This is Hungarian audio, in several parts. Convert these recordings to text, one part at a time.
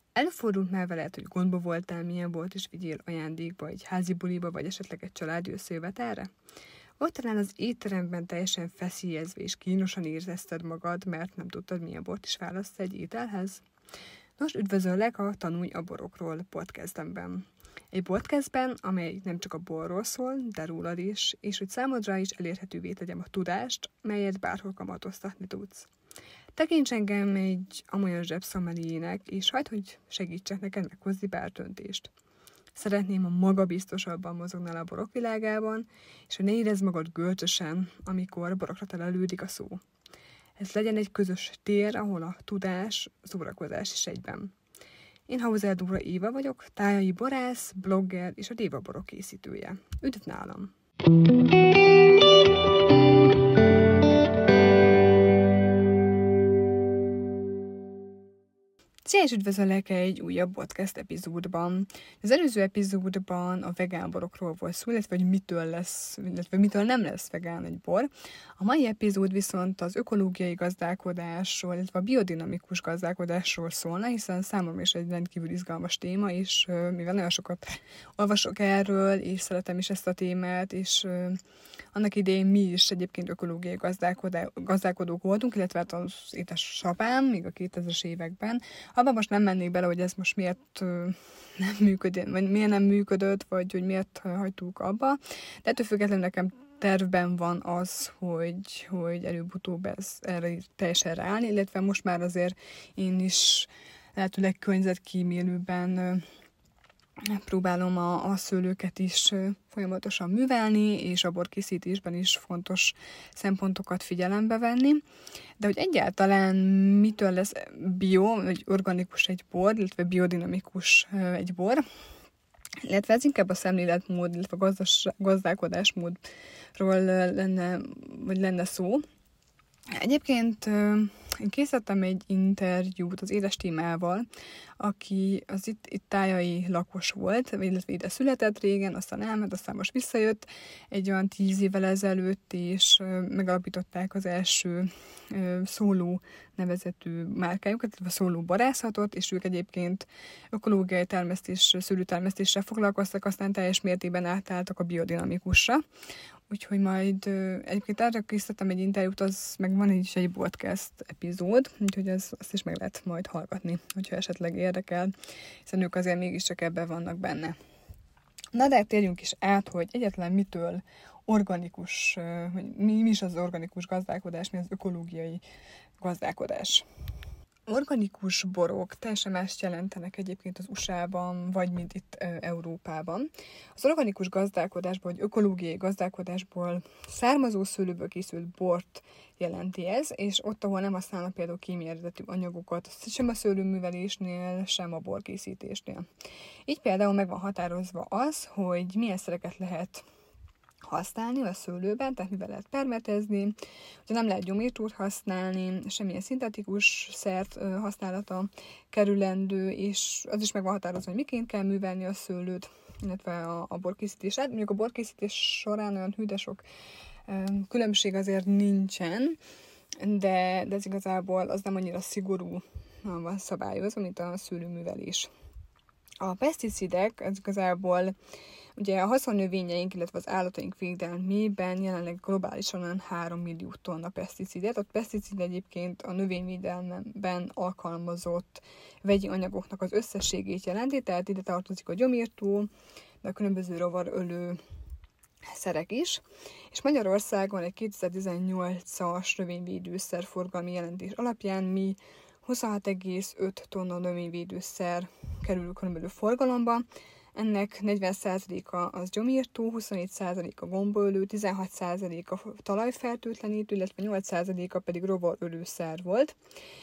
Előfordult már veled, hogy gondba voltál, milyen bort is vigyél ajándékba, egy házi buliba, vagy esetleg egy családi összejövetelre? Vagy talán az étteremben teljesen feszélyezve és kínosan érezted magad, mert nem tudtad, milyen bort is választani egy ételhez? Nos, üdvözöllek a Tanulj a borokról podcastemben. Egy podcastben, amely nem csak a borról szól, de rólad is, és hogy számodra is elérhetővé tegyem a tudást, melyet bárhol kamatoztatni tudsz. Tekints engem egy amolyan zsebszomeliének, és hagyd, hogy segítsek neked meghozni pár döntést. Szeretném, ha magabiztosabban mozognál a borok világában, és hogy ne érezd magad görcsösen, amikor borokra telelődik a szó. Ez legyen egy közös tér, ahol a tudás, szórakozás is egyben. Én Hauser Dóra Éva vagyok, tájai borász, blogger és a Déva borok készítője. Üdv nálam! Szia, és üdvözöllek egy újabb podcast epizódban. Az előző epizódban a vegán borokról volt szó, illetve hogy mitől nem lesz vegán egy bor. A mai epizód viszont az ökológiai gazdálkodásról, illetve a biodinamikus gazdálkodásról szólna, hiszen számomra is egy rendkívül izgalmas téma, és mivel nagyon sokat olvasok erről, és szeretem is ezt a témát, és annak idején mi is egyébként ökológiai gazdálkodók voltunk, illetve hát az édesapám, még a 2000-es években. Abban most nem mennék bele, hogy ez most miért nem működött, vagy miért nem működött, vagy hogy miért hagytuk abba. De ettől függetlenül nekem tervben az az, hogy előbb-utóbb erre teljesen ráállni, illetve most már azért én is lehetőleg környezetkímélőben próbálom a szőlőket is folyamatosan művelni, és a borkészítésben is fontos szempontokat figyelembe venni. De hogy egyáltalán mitől lesz bio, vagy organikus egy bor, illetve biodinamikus egy bor, illetve ez inkább a szemléletmód, illetve a gazdálkodásmódról lenne szó. Egyébként én készítettem egy interjút az édestémával, aki az itt tájai lakos volt, illetve ide született régen, aztán elment, aztán most visszajött egy olyan 10 évvel ezelőtt, és megalapították az első Szóló nevezetű márkájukat, illetve a Szóló borászatot, és ők egyébként ökológiai szőlőtermesztéssel foglalkoztak, aztán teljes mértékben átálltak a biodinamikusra. Úgyhogy majd egyébként erre készítettem egy interjút, az meg van is egy podcast epizód, úgyhogy azt is meg lehet majd hallgatni, hogyha esetleg érdekel, hiszen ők azért mégiscsak ebben vannak benne. Na de térjünk is át, hogy egyáltalán mitől organikus, hogy mi is az organikus gazdálkodás, mi az ökológiai gazdálkodás. Organikus borok teljesen mást jelentenek egyébként az USA-ban, vagy mint itt Európában. Az organikus gazdálkodásból, vagy ökológiai gazdálkodásból származó szőlőből készült bort jelenti ez, és ott, ahol nem használnak például kémiai eredetű anyagokat, sem a szőlőművelésnél, sem a borkészítésnél. Így például meg van határozva az, hogy milyen szereket lehet használni a szőlőben, tehát mivel lehet permetezni, hogyha nem lehet gyomírtót használni, semmilyen szintetikus szert használata kerülendő, és az is meg van határozva, hogy miként kell művelni a szőlőt, illetve a borkészítését. Mondjuk a borkészítés során olyan hű, de sok különbség azért nincsen, de ez igazából az nem annyira szigorú van szabályozva, mint a szőlőművelés. A peszticidek, ez igazából ugye a haszonnövényeink, illetve az állataink védelmében jelenleg globálisan olyan 3 millió tonna peszticidet. A peszticid egyébként a növényvédelemben alkalmazott vegyi anyagoknak az összességét jelenti, tehát ide tartozik a gyomírtó, de a különböző rovarölő szerek is. És Magyarországon egy 2018-as növényvédőszer forgalmi jelentés alapján mi 26,5 tonna növényvédőszer kerül körülbelül forgalomba. Ennek 40%-a az gyomírtó, 27% a gombaölő, 16% a talajfertőtlenítő, illetve 8%-a pedig rovarölőszer volt.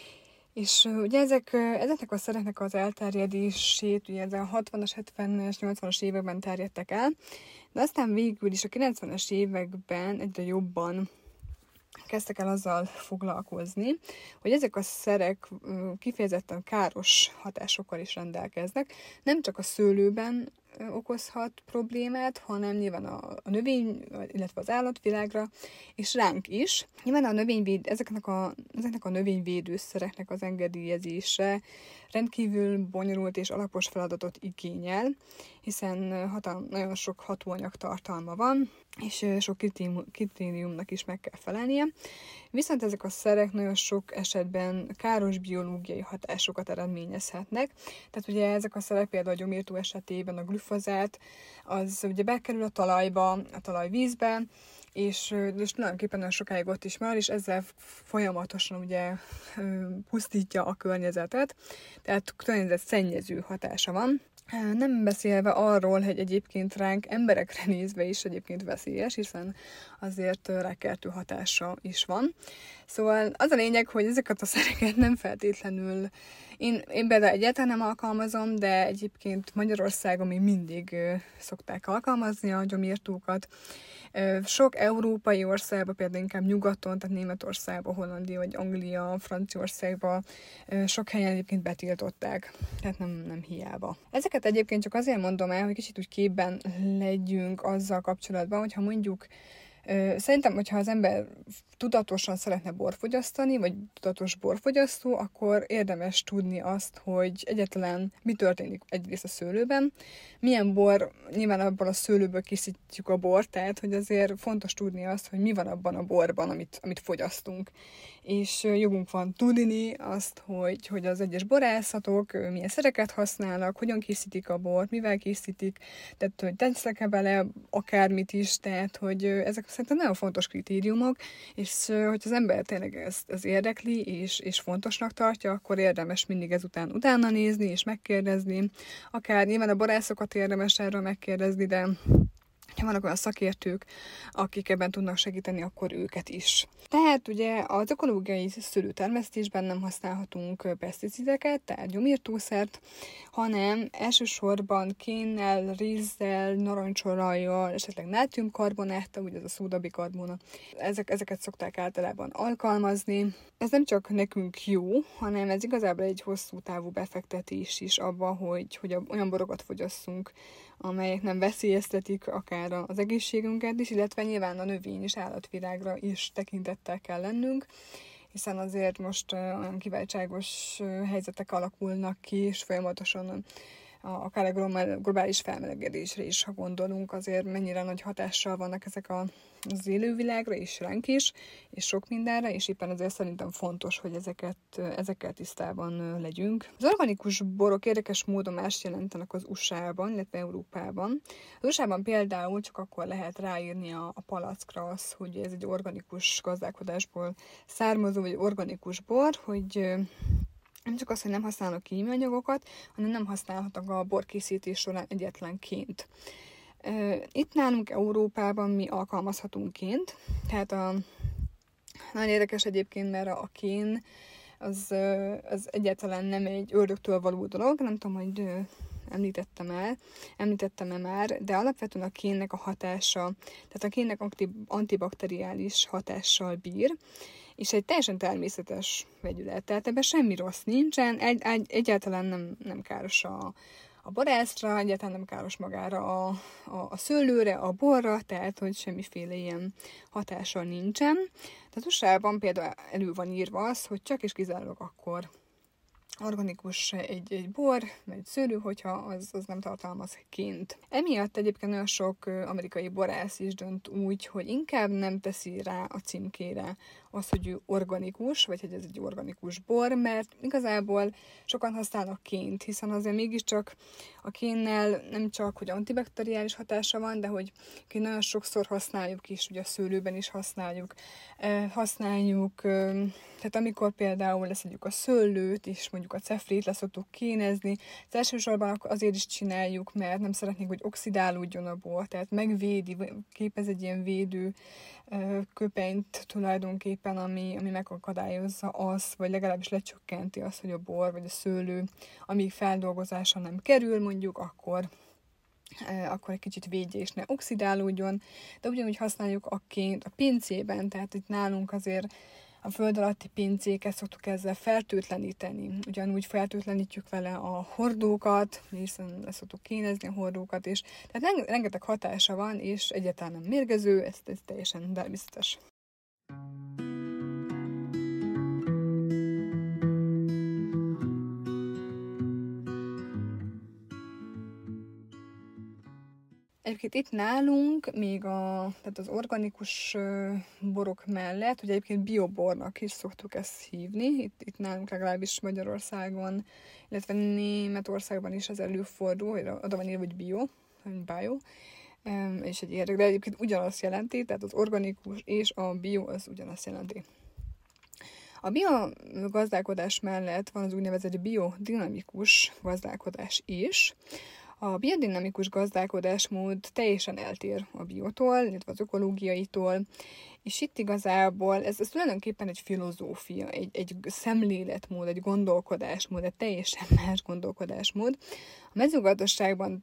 És ugye ezeknek a szereknek az elterjedését ugye a 60-as, 70-es, 80-as években terjedtek el, de aztán végül is a 90-es években egyre jobban kezdtek el azzal foglalkozni, hogy ezek a szerek kifejezetten káros hatásokkal is rendelkeznek, nem csak a szőlőben okozhat problémát, hanem nyilván a növény, illetve az állatvilágra, és ránk is. Nyilván ezeknek a növényvédőszereknek az engedélyezése rendkívül bonyolult és alapos feladatot igényel, hiszen nagyon sok hatóanyag tartalma van, és sok kritériumnak is meg kell felelnie. Viszont ezek a szerek nagyon sok esetben káros biológiai hatásokat eredményezhetnek. Tehát ugye ezek a szerek például a gyomírtó esetében a glifozát, az ugye bekerül a talajba, a talajvízbe, és tulajdonképpen nagyon sokáig ott is már, és ezzel folyamatosan ugye pusztítja a környezetet, tehát környezetszennyező hatása van. Nem beszélve arról, hogy egyébként ránk emberekre nézve is egyébként veszélyes, hiszen azért rákkeltő hatása is van. Szóval az a lényeg, hogy ezeket a szereket nem feltétlenül, én például egyáltalán nem alkalmazom, de egyébként Magyarországon még mindig szokták alkalmazni a gyomírtókat. Sok európai országban, például inkább nyugaton, tehát Németországban, Hollandia vagy Anglia, Franciaországban sok helyen egyébként betiltották, tehát nem hiába. Ezeket egyébként csak azért mondom el, hogy kicsit úgy képben legyünk azzal kapcsolatban, hogyha mondjuk szerintem, hogyha az ember tudatosan szeretne borfogyasztani, vagy tudatos borfogyasztó, akkor érdemes tudni azt, hogy egyáltalán mi történik egyrészt a szőlőben, milyen bor, nyilván abban a szőlőből készítjük a bort, tehát hogy azért fontos tudni azt, hogy mi van abban a borban, amit fogyasztunk. És jogunk van tudni azt, hogy az egyes borászatok milyen szereket használnak, hogyan készítik a bort, mivel készítik, tehát hogy tesznek-e bele akármit is, tehát hogy ezek szerintem nagyon fontos kritériumok, és hogy az ember tényleg ez érdekli, és fontosnak tartja, akkor érdemes mindig ezután utána nézni, és megkérdezni. Akár nyilván a borászokat érdemes erről megkérdezni, de ha vannak olyan szakértők, akik ebben tudnak segíteni, akkor őket is. Tehát ugye az ökológiai szőlőtermesztésben nem használhatunk peszticideket, tehát gyomírtószert, hanem elsősorban kénnel, rizzel, narancsolajjal, esetleg nátriumkarbonáttal, ugye ez a szódabikarbóna. Ezeket szokták általában alkalmazni. Ez nem csak nekünk jó, hanem ez igazából egy hosszú távú befektetés is abba, hogy olyan borokat fogyasszunk, amelyek nem veszélyeztetik akár az egészségünket is, illetve nyilván a növény és állatvilágra is tekintettel kell lennünk, hiszen azért most olyan kiváltságos helyzetek alakulnak ki, és folyamatosan akár a globális felmelegedésre is, ha gondolunk, azért mennyire nagy hatással vannak ezek az élővilágra, és ránk is, és sok mindenre, és éppen ezért szerintem fontos, hogy ezekkel tisztában legyünk. Az organikus borok érdekes módon más jelentenek az USA-ban, illetve Európában. Az USA-ban például csak akkor lehet ráírni a palackra az, hogy ez egy organikus gazdálkodásból származó, vagy organikus bor, hogy nem csak az, hogy nem használnak kémianyagokat, hanem nem használhatok a borkészítés során egyetlenként. Itt nálunk Európában mi alkalmazhatunk ként, tehát nagyon érdekes egyébként, mert a kén az egyáltalán nem egy ördögtől való dolog, nem tudom, hogy említettem-e már, de alapvetően a kénnek a hatása, tehát a kénnek antibakteriális hatással bír, és egy teljesen természetes vegyület, tehát ebben semmi rossz nincsen, egyáltalán nem káros a borászra, egyáltalán nem káros magára a szőlőre, a borra, tehát hogy semmiféle ilyen hatása nincsen. Tehát USA-ban például elő van írva az, hogy csak és kizárólag akkor organikus egy bor, vagy egy szőlő, hogyha az nem tartalmaz ként. Emiatt egyébként nagyon sok amerikai borász is dönt úgy, hogy inkább nem teszi rá a címkére az, hogy ő organikus, vagy hogy ez egy organikus bor, mert igazából sokan használnak ként, hiszen azért mégiscsak a kénnel nem csak, hogy antibakteriális hatása van, de hogy nagyon sokszor használjuk is, ugye a szőlőben is használjuk, tehát amikor például leszedjük a szőlőt, és mondjuk a cefrét leszoktuk kénezni, az elsősorban azért is csináljuk, mert nem szeretnénk, hogy oxidálódjon a bor, tehát megvédi, képez egy ilyen védő köpenyt tulajdonképpen, ami megakadályozza azt, vagy legalábbis lecsökkenti azt, hogy a bor vagy a szőlő, amíg feldolgozása nem kerül, mondjuk, akkor egy kicsit védje és ne oxidálódjon, de ugyanúgy használjuk a ként a pincében, tehát itt nálunk azért a föld alatti pincéket szoktuk ezzel fertőtleníteni. Ugyanúgy fertőtlenítjük vele a hordókat, hiszen ezt szoktuk kínezni a hordókat is. Tehát rengeteg hatása van, és egyáltalán nem mérgező, ez teljesen természetes. Egyébként itt nálunk még tehát az organikus borok mellett, ugye egyébként biobornak is szoktuk ezt hívni, itt nálunk legalábbis Magyarországon, illetve Németországban is az előfordul, hogy oda van írva, hogy bio, és egy érdek, de egyébként ugyanazt jelenti, tehát az organikus és a bio az ugyanazt jelenti. A biogazdálkodás mellett van az úgynevezett biodinamikus gazdálkodás is. A biodinamikus gazdálkodásmód teljesen eltér a biotól, illetve az ökológiaitól, és itt igazából ez tulajdonképpen egy filozófia, egy szemléletmód, egy gondolkodásmód, egy teljesen más gondolkodásmód. A mezőgazdaságban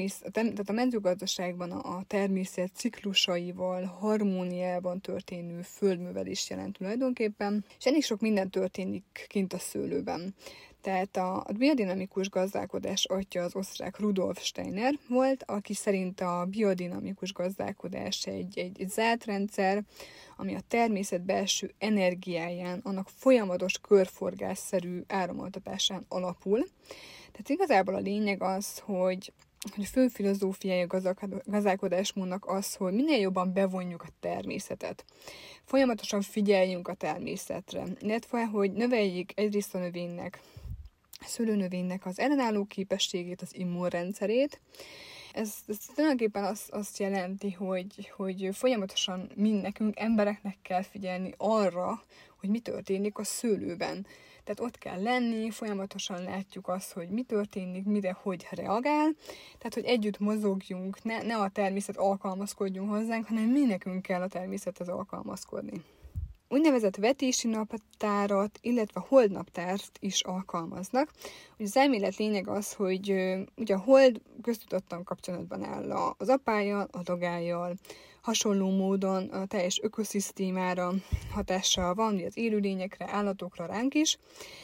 a természet ciklusaival, harmóniában történő földművelést jelent tulajdonképpen, és elég sok minden történik kint a szőlőben. Tehát a biodinamikus gazdálkodás atya az osztrák Rudolf Steiner volt, aki szerint a biodinamikus gazdálkodás egy zárt rendszer, ami a természet belső energiáján, annak folyamatos körforgásszerű áramoltatásán alapul. Tehát igazából a lényeg az, hogy fő filozófiája a gazdálkodásmódnak az, hogy minél jobban bevonjuk a természetet. Folyamatosan figyeljünk a természetre, illetve hogy növeljük egyrészt a szőlőnövénynek az ellenálló képességét, az immunrendszerét. Ez tulajdonképpen azt jelenti, hogy folyamatosan nekünk embereknek kell figyelni arra, hogy mi történik a szőlőben. Tehát ott kell lenni, folyamatosan látjuk azt, hogy mi történik, mire hogy reagál. Tehát, hogy együtt mozogjunk, ne a természet alkalmazkodjunk hozzánk, hanem mi nekünk kell a természethez alkalmazkodni. Úgynevezett vetési naptárat, illetve holdnaptárt is alkalmaznak. Ugye az elmélet lényeg az, hogy ugye a hold köztudottan kapcsolatban áll az apájjal, a dagájjal, hasonló módon a teljes ökoszisztémára hatással van, ugye az élőlényekre, állatokra, ránk is,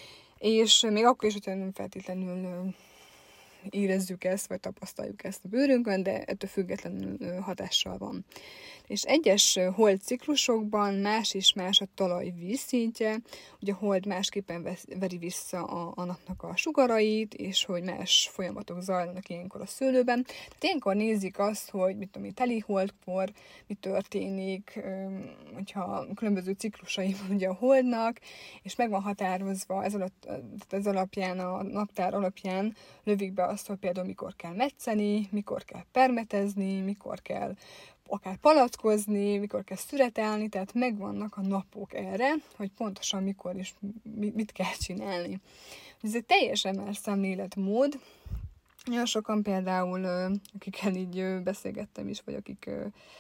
és még akkor is, hogyha nem feltétlenül érezzük ezt, vagy tapasztaljuk ezt a bőrünkön, de ettől függetlenül hatással van. És egyes hold ciklusokban más és más a talaj vízszintje, ugye a hold másképpen veri vissza a napnak a sugarait, és hogy más folyamatok zajlanak ilyenkor a szőlőben. Tehát ilyenkor nézik azt, hogy teli holdkor mi történik, hogyha különböző ciklusai van ugye a holdnak, és meg van határozva ez alapján, a naptár alapján lövik be azt, hogy például mikor kell metszeni, mikor kell permetezni, mikor kell akár palackozni, mikor kell szüretelni, tehát megvannak a napok erre, hogy pontosan mikor és mit kell csinálni. Ez egy teljesen más szemléletmód. Nagyon sokan például, akikkel így beszélgettem is, vagy akik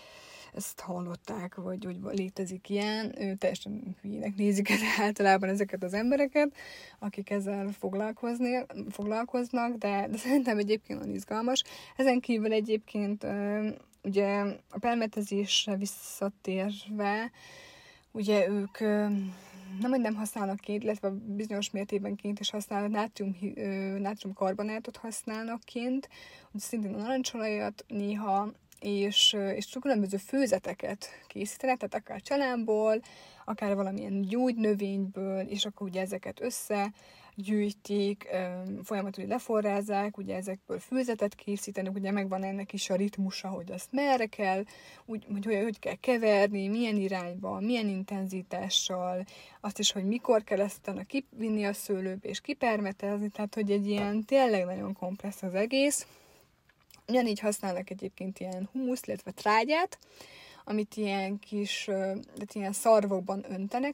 ezt hallották, vagy létezik ilyen, teljesen hülyének nézik általában ezeket az embereket, akik ezzel foglalkoznak, de szerintem egyébként nagyon izgalmas. Ezen kívül egyébként ugye a permetezésre visszatérve, ugye ők nem használnak illetve bizonyos mértékben ként is használnak, nátriumkarbonátot használnak ként, ugye szintén a narancsolajat néha, és különböző főzeteket készítenek, tehát akár családból, akár valamilyen gyógynövényből, és akkor ugye ezeket összegyűjtik, folyamatosan leforrázzák, ugye ezekből főzetet készítenek, ugye megvan ennek is a ritmusa, hogy azt merre kell, hogy kell keverni, milyen irányba, milyen intenzitással, azt is, hogy mikor kell ezt kivinni a szőlőbe és kipermetezni, tehát hogy egy ilyen tényleg nagyon komplex az egész. Ugyanígy használnak egyébként ilyen humuszt, illetve trágyát, amit ilyen kis, ilyen szarvokban öntenek,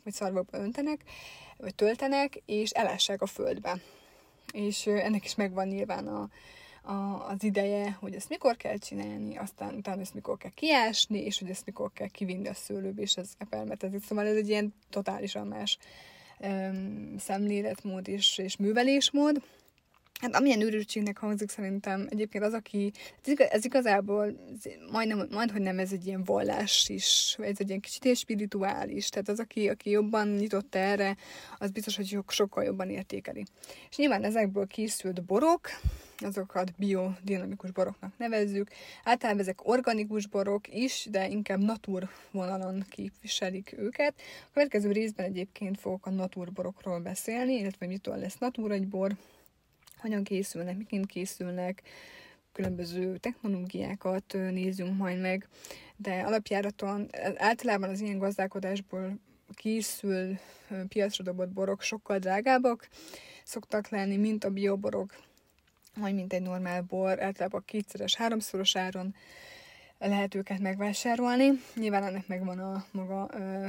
vagy töltenek, és elássák a földbe. És ennek is megvan nyilván az ideje, hogy ezt mikor kell csinálni, aztán utána ezt mikor kell kiásni, és hogy ezt mikor kell kivinni a szőlőbe, és ez permetezik. Szóval ez egy ilyen totálisan más szemléletmód és művelésmód. Hát amilyen őrültségnek hangzik szerintem egyébként az, aki, ez igazából majdhogy nem ez egy ilyen vallás is, ez egy ilyen kicsit ilyen spirituális, tehát az, aki jobban nyitott erre, az biztos, hogy sokkal jobban értékeli. És nyilván ezekből készült borok, azokat biodinamikus boroknak nevezzük. Általában ezek organikus borok is, de inkább natur vonalon képviselik őket. A következő részben egyébként fogok a naturborokról beszélni, illetve mitől lesz natur egy bor, hogyan készülnek, miként készülnek, különböző technológiákat nézzünk majd meg, de alapjáraton általában az ilyen gazdálkodásból készül piacra dobott borok sokkal drágábbak szoktak lenni, mint a bioborok, vagy mint egy normál bor, általában 2-szeres, 3-szoros áron lehet őket megvásárolni. Nyilván ennek megvan a maga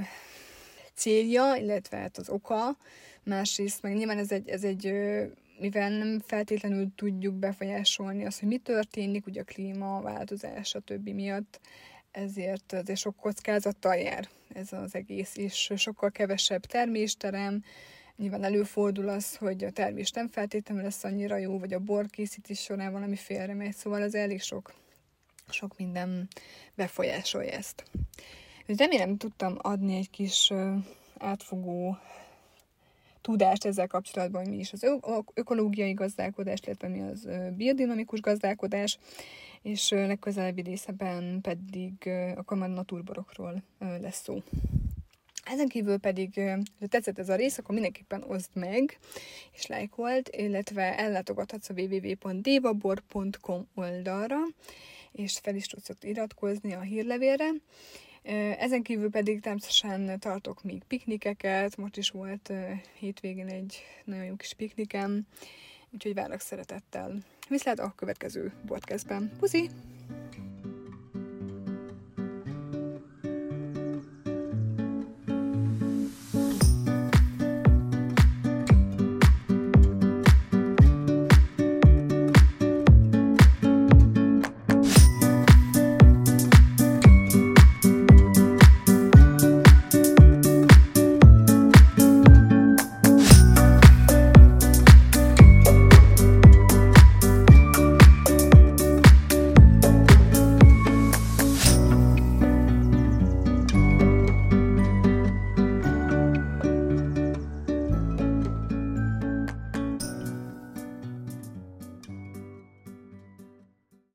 célja, illetve hát az oka. Másrészt meg nyilván ez egy mivel nem feltétlenül tudjuk befolyásolni azt, hogy mi történik, ugye a klímaváltozás, stb. Miatt, ezért sok kockázattal jár ez az egész, és sokkal kevesebb termésterem. Nyilván előfordul az, hogy a termés nem feltétlenül lesz annyira jó, vagy a borkészítés során valami félremegy, szóval az elég sok minden befolyásolja ezt. Remélem, tudtam adni egy kis átfogó tudást ezzel kapcsolatban, hogy mi is az ökológiai gazdálkodás, illetve mi az biodinamikus gazdálkodás, és legközelebbi részben pedig akkor már naturborokról lesz szó. Ezen kívül pedig, ha tetszett ez a rész, akkor mindenképpen oszd meg, és lájkold, illetve ellátogathatsz a www.devabor.com oldalra, és fel is tudsz ott iratkozni a hírlevélre. Ezen kívül pedig természetesen tartok még piknikeket, most is volt hétvégén egy nagyon jó kis piknikem, úgyhogy várlak szeretettel. Viszlát a következő podcastben. Puszi!